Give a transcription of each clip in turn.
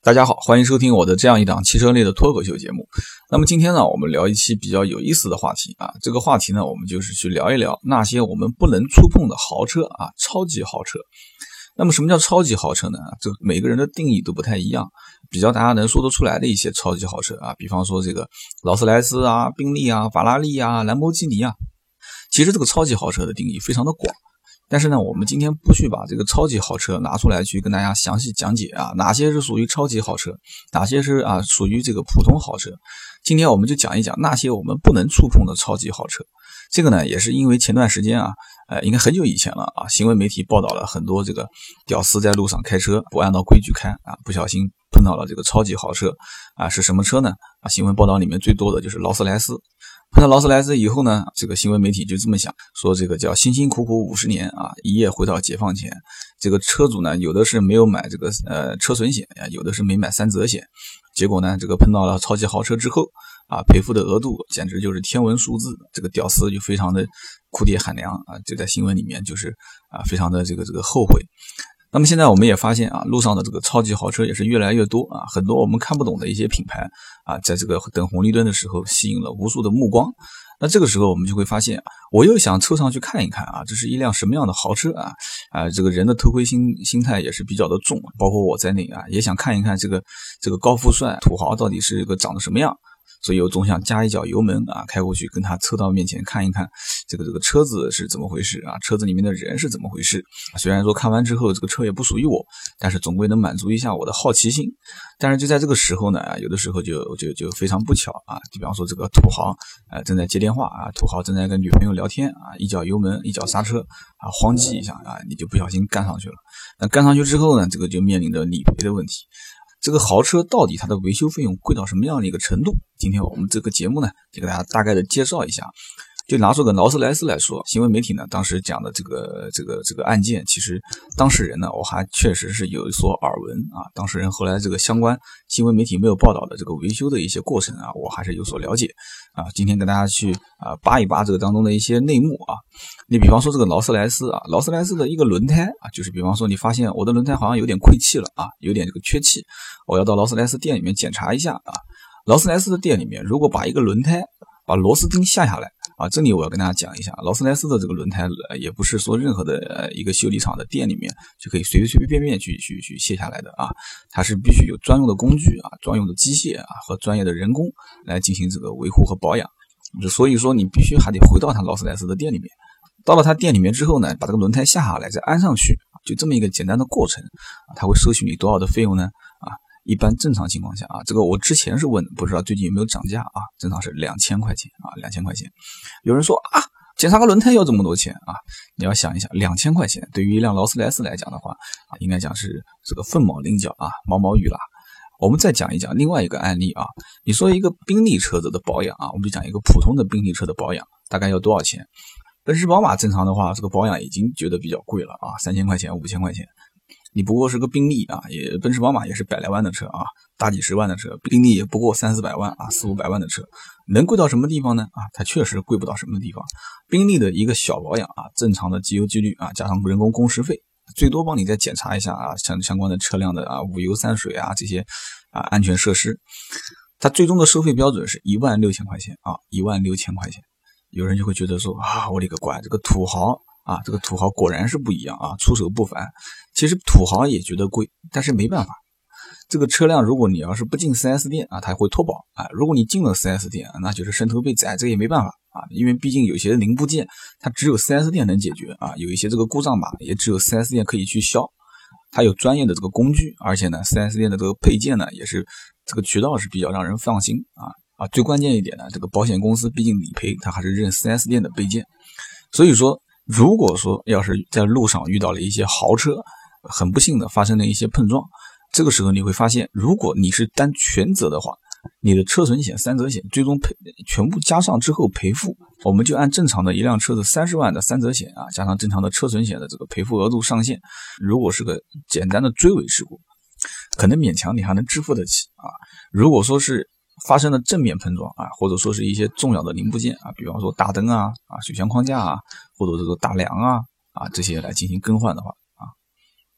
大家好，欢迎收听我的这样一档汽车类的脱口秀节目。那么今天呢，我们聊一期比较有意思的话题啊。这个话题呢，我们就是去聊一聊那些我们不能触碰的豪车啊，超级豪车。那么什么叫超级豪车呢？这每个人的定义都不太一样。比较大家能说得出来的一些超级豪车啊，比方说这个劳斯莱斯啊、宾利啊、法拉利啊、兰博基尼啊。其实这个超级豪车的定义非常的广。但是呢，我们今天不去把这个超级豪车拿出来去跟大家详细讲解啊，哪些是属于超级豪车，哪些是属于这个普通豪车。今天我们就讲一讲那些我们不能触碰的超级豪车。这个呢，也是因为前段时间应该很久以前了啊，新闻媒体报道了很多这个屌丝在路上开车不按照规矩开啊，不小心碰到了这个超级豪车啊，是什么车呢？新闻报道里面最多的就是劳斯莱斯。碰到劳斯莱斯以后呢，这个新闻媒体就这么想，说这个叫辛辛苦苦50年啊，一夜回到解放前。这个车主呢，有的是没有买这个车损险呀，有的是没买3责险。结果呢，这个碰到了超级豪车之后啊，赔付的额度简直就是天文数字。这个屌丝就非常的哭爹喊娘啊，就在新闻里面就是非常的这个后悔。那么现在我们也发现啊，路上的这个超级豪车也是越来越多啊，很多我们看不懂的一些品牌啊，在这个等红绿灯的时候吸引了无数的目光。那这个时候我们就会发现，我又想凑上去看一看啊，这是一辆什么样的豪车啊？这个人的偷窥心态也是比较的重，包括我在内啊，也想看一看这个高富帅土豪到底是个长得什么样。所以我总想加一脚油门啊，开过去跟他车到面前看一看这个车子是怎么回事啊，车子里面的人是怎么回事。虽然说看完之后这个车也不属于我，但是总归能满足一下我的好奇心。但是就在这个时候呢，有的时候就非常不巧啊，比方说这个土豪正在接电话啊，土豪正在跟女朋友聊天啊，一脚油门一脚刹车啊，慌记一下啊，你就不小心干上去了。那干上去之后呢，这个就面临着理赔的问题。这个豪车到底它的维修费用贵到什么样的一个程度？今天我们这个节目呢，就给大家大概的介绍一下。就拿出个劳斯莱斯来说，新闻媒体呢当时讲的这个案件，其实当事人呢我还确实是有所耳闻啊。当事人后来这个相关新闻媒体没有报道的这个维修的一些过程啊，我还是有所了解啊。今天跟大家去扒一扒这个当中的一些内幕啊。你比方说这个劳斯莱斯啊，劳斯莱斯的一个轮胎啊，就是比方说你发现我的轮胎好像有点溃气了啊，有点这个缺气，我要到劳斯莱斯店里面检查一下啊。劳斯莱斯的店里面，如果把一个轮胎把螺丝钉下下来啊，这里我要跟大家讲一下，劳斯莱斯的这个轮胎也不是说任何的一个修理厂的店里面就可以随便去卸下来的啊，它是必须有专用的工具啊、专用的机械啊和专业的人工来进行这个维护和保养。所以说你必须还得回到他劳斯莱斯的店里面，到了他店里面之后呢，把这个轮胎下下来再安上去，就这么一个简单的过程啊，他会收取你多少的费用呢？一般正常情况下啊，这个我之前是问，不知道最近有没有涨价啊？正常是2000块钱啊，2000块钱。有人说啊，检查个轮胎要这么多钱啊？你要想一想，2000块钱对于一辆劳斯莱斯来讲的话啊，应该讲是这个凤毛麟角啊，毛毛雨啦。我们再讲一讲另外一个案例啊，你说一个宾利车子的保养啊，我们就讲一个普通的宾利车的保养，大概要多少钱？奔驰宝马正常的话，这个保养已经觉得比较贵了啊，3000块钱、5000块钱。你不过是个宾利啊，奔驰宝马也是100来万的车啊，大几十万的车，宾利也不过300-400万啊，400-500万的车，能贵到什么地方呢？啊，它确实贵不到什么地方。宾利的一个小保养啊，正常的机油机滤啊，加上人工工时费，最多帮你再检查一下啊，相关的车辆的五油三水啊这些安全设施，它最终的收费标准是16000块钱啊，16000块钱。有人就会觉得说啊，我的个乖，这个土豪啊，这个土豪果然是不一样啊，出手不凡。其实土豪也觉得贵，但是没办法，这个车辆如果你要是不进 4S 店啊，它会脱保啊。如果你进了 4S 店，那就是伸头被宰，这个也没办法啊，因为毕竟有些零部件它只有 4S 店能解决啊，有一些这个故障码也只有 4S 店可以去销，它有专业的这个工具，而且呢 4S 店的这个配件呢也是这个渠道是比较让人放心啊。最关键一点呢，这个保险公司毕竟理赔，它还是认 4S 店的备件。所以说如果说要是在路上遇到了一些豪车，很不幸的发生了一些碰撞，这个时候你会发现，如果你是担全责的话，你的车损险、3责险最终全部加上之后赔付，我们就按正常的一辆车子30万的3责险啊，加上正常的车损险的这个赔付额度上限，如果是个简单的追尾事故，可能勉强你还能支付得起啊。如果说是发生了正面碰撞啊，或者说是一些重要的零部件啊，比方说大灯啊、水箱框架啊，或者这个大梁啊这些来进行更换的话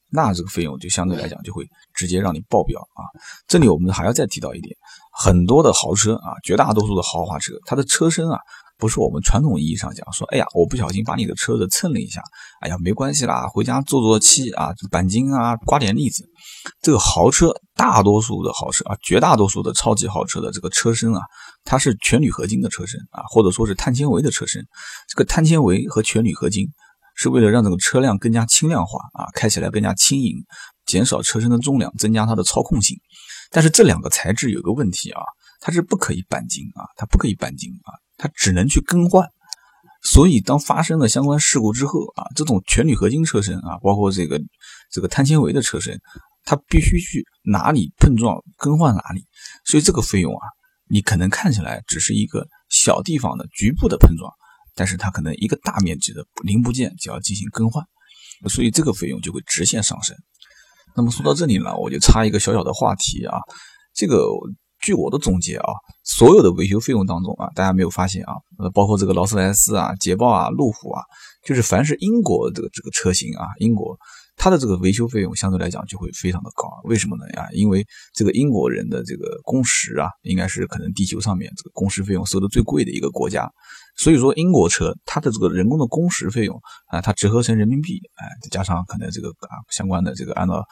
那这个费用就相对来讲就会直接让你爆表啊。这里我们还要再提到一点，很多的豪车啊，绝大多数的豪华车，它的车身啊，不是我们传统意义上讲说，哎呀，我不小心把你的车子蹭了一下，哎呀，没关系啦，回家做做漆啊，钣金啊，刮点腻子。这个豪车，大多数的豪车啊，绝大多数的超级豪车的这个车身啊，它是全铝合金的车身啊，或者说是碳纤维的车身。这个碳纤维和全铝合金是为了让这个车辆更加轻量化啊，开起来更加轻盈，减少车身的重量，增加它的操控性。但是这两个材质有个问题啊，它是不可以钣金啊，它不可以钣金啊，它只能去更换。所以当发生了相关事故之后啊，这种全铝合金车身啊，包括这个碳纤维的车身，它必须去哪里碰撞更换哪里。所以这个费用啊，你可能看起来只是一个小地方的局部的碰撞，但是它可能一个大面积的零部件就要进行更换，所以这个费用就会直线上升。那么说到这里呢，我就插一个小小的话题啊，这个据我的总结啊，所有的维修费用当中啊，大家没有发现啊，包括这个劳斯莱斯啊、捷豹啊、路虎啊，就是凡是英国这个车型啊，英国它的这个维修费用相对来讲就会非常的高。为什么呢？因为这个英国人的这个工时啊，应该是可能地球上面这个工时费用收的最贵的一个国家。所以说英国车它的这个人工的工时费用啊，它折合成人民币，再加上可能这个相关的这个按照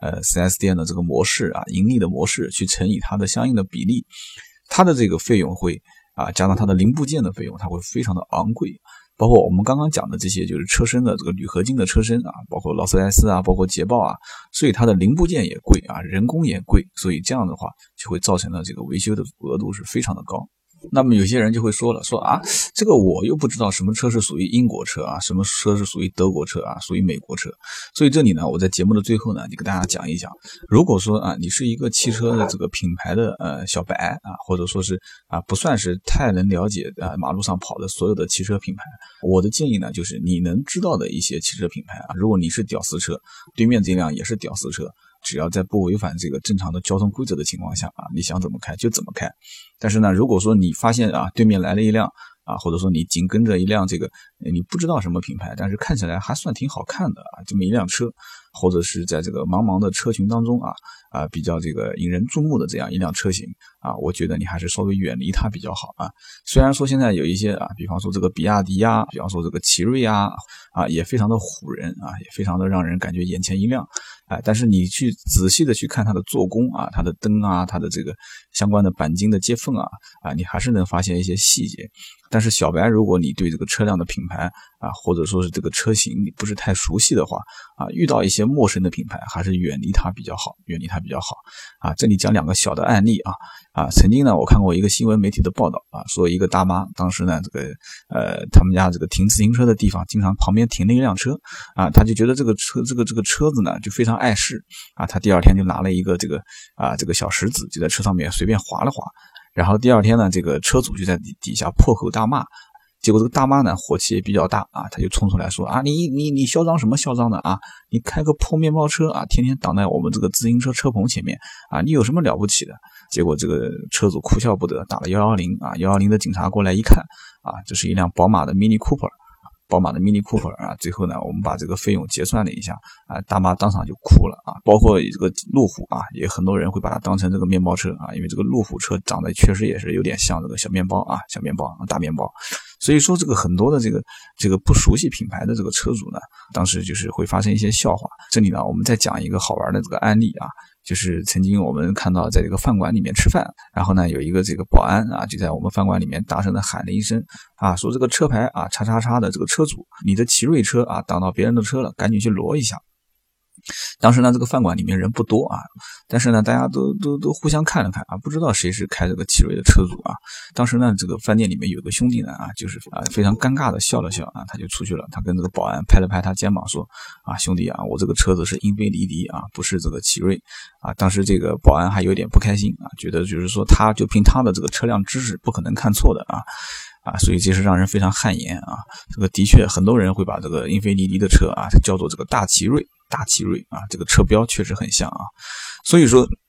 4S 店的这个模式啊，盈利的模式去乘以它的相应的比例，它的这个费用会加上它的零部件的费用，它会非常的昂贵。包括我们刚刚讲的这些就是车身的这个铝合金的车身啊，包括劳斯莱斯啊，包括捷豹啊，所以它的零部件也贵啊，人工也贵，所以这样的话就会造成了这个维修的额度是非常的高。那么有些人就会说了，说这个我又不知道什么车是属于英国车啊，什么车是属于德国车啊，属于美国车。所以这里呢，我在节目的最后呢，就给大家讲一讲，如果说你是一个汽车的这个品牌的小白啊，或者说是不算是太能了解马路上跑的所有的汽车品牌，我的建议呢，就是你能知道的一些汽车品牌啊，如果你是屌丝车，对面这辆也是屌丝车，只要在不违反这个正常的交通规则的情况下你想怎么开就怎么开。但是呢，如果说你发现对面来了一辆或者说你紧跟着一辆这个你不知道什么品牌，但是看起来还算挺好看的这么一辆车，或者是在这个茫茫的车群当中比较这个引人注目的这样一辆车型我觉得你还是稍微远离它比较好虽然说现在有一些比方说这个比亚迪比方说这个奇瑞也非常的唬人也非常的让人感觉眼前一亮但是你去仔细的去看它的做工它的灯它的这个相关的钣金的接缝你还是能发现一些细节。但是小白，如果你对这个车辆的品牌或者说是这个车型你不是太熟悉的话遇到一些陌生的品牌，还是远离它比较好，远离它比较好这里讲两个小的案例曾经呢，我看过一个新闻媒体的报道说一个大妈当时呢，这个他们家这个停自行车的地方经常旁边停了一辆车他就觉得这个车子呢就非常碍事他第二天就拿了一个这个小石子就在车上面随便划了划，然后第二天呢，这个车主就在底下破口大骂。结果这个大妈呢火气也比较大他就冲出来说你嚣张什么嚣张的你开个破面包车天天挡在我们这个自行车车棚前面你有什么了不起的？结果这个车主哭笑不得，打了110 110的警察过来一看这是一辆宝马的 Mini Cooper。最后呢，我们把这个费用结算了一下大妈当场就哭了包括这个路虎也很多人会把它当成这个面包车因为这个路虎车长得确实也是有点像这个小面包小面包大面包。所以说这个很多的这个不熟悉品牌的这个车主呢，当时就是会发生一些笑话。这里呢，我们再讲一个好玩的这个案例就是曾经我们看到在这个饭馆里面吃饭，然后呢有一个这个保安就在我们饭馆里面大声的喊了一声说这个车牌叉叉叉的这个车主，你的奇瑞车挡到别人的车了，赶紧去挪一下。当时呢这个饭馆里面人不多但是呢大家都互相看了看不知道谁是开这个奇瑞的车主当时呢这个饭店里面有个兄弟呢就是非常尴尬的笑了笑他就出去了，他跟这个保安拍了拍他肩膀说兄弟我这个车子是英菲尼迪不是这个奇瑞当时这个保安还有点不开心觉得就是说他就凭他的这个车辆知识不可能看错的所以这是让人非常汗颜这个的确很多人会把这个英菲尼迪的车叫做这个大奇瑞这个车标确实很像所以说不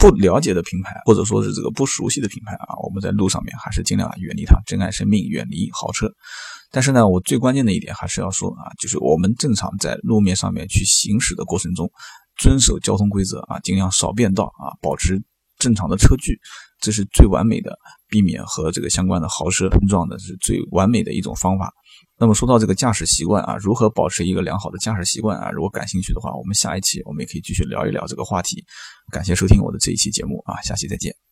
不了解的品牌，或者说是这个不熟悉的品牌啊，我们在路上面还是尽量远离它，珍爱生命，远离豪车。但是呢，我最关键的一点还是要说啊，就是我们正常在路面上面去行驶的过程中，遵守交通规则啊，尽量少变道啊，保持正常的车距，这是最完美的避免和这个相关的豪车碰撞的是最完美的一种方法。那么说到这个驾驶习惯啊，如何保持一个良好的驾驶习惯啊，如果感兴趣的话，我们下一期我们也可以继续聊一聊这个话题。感谢收听我的这一期节目啊，下期再见。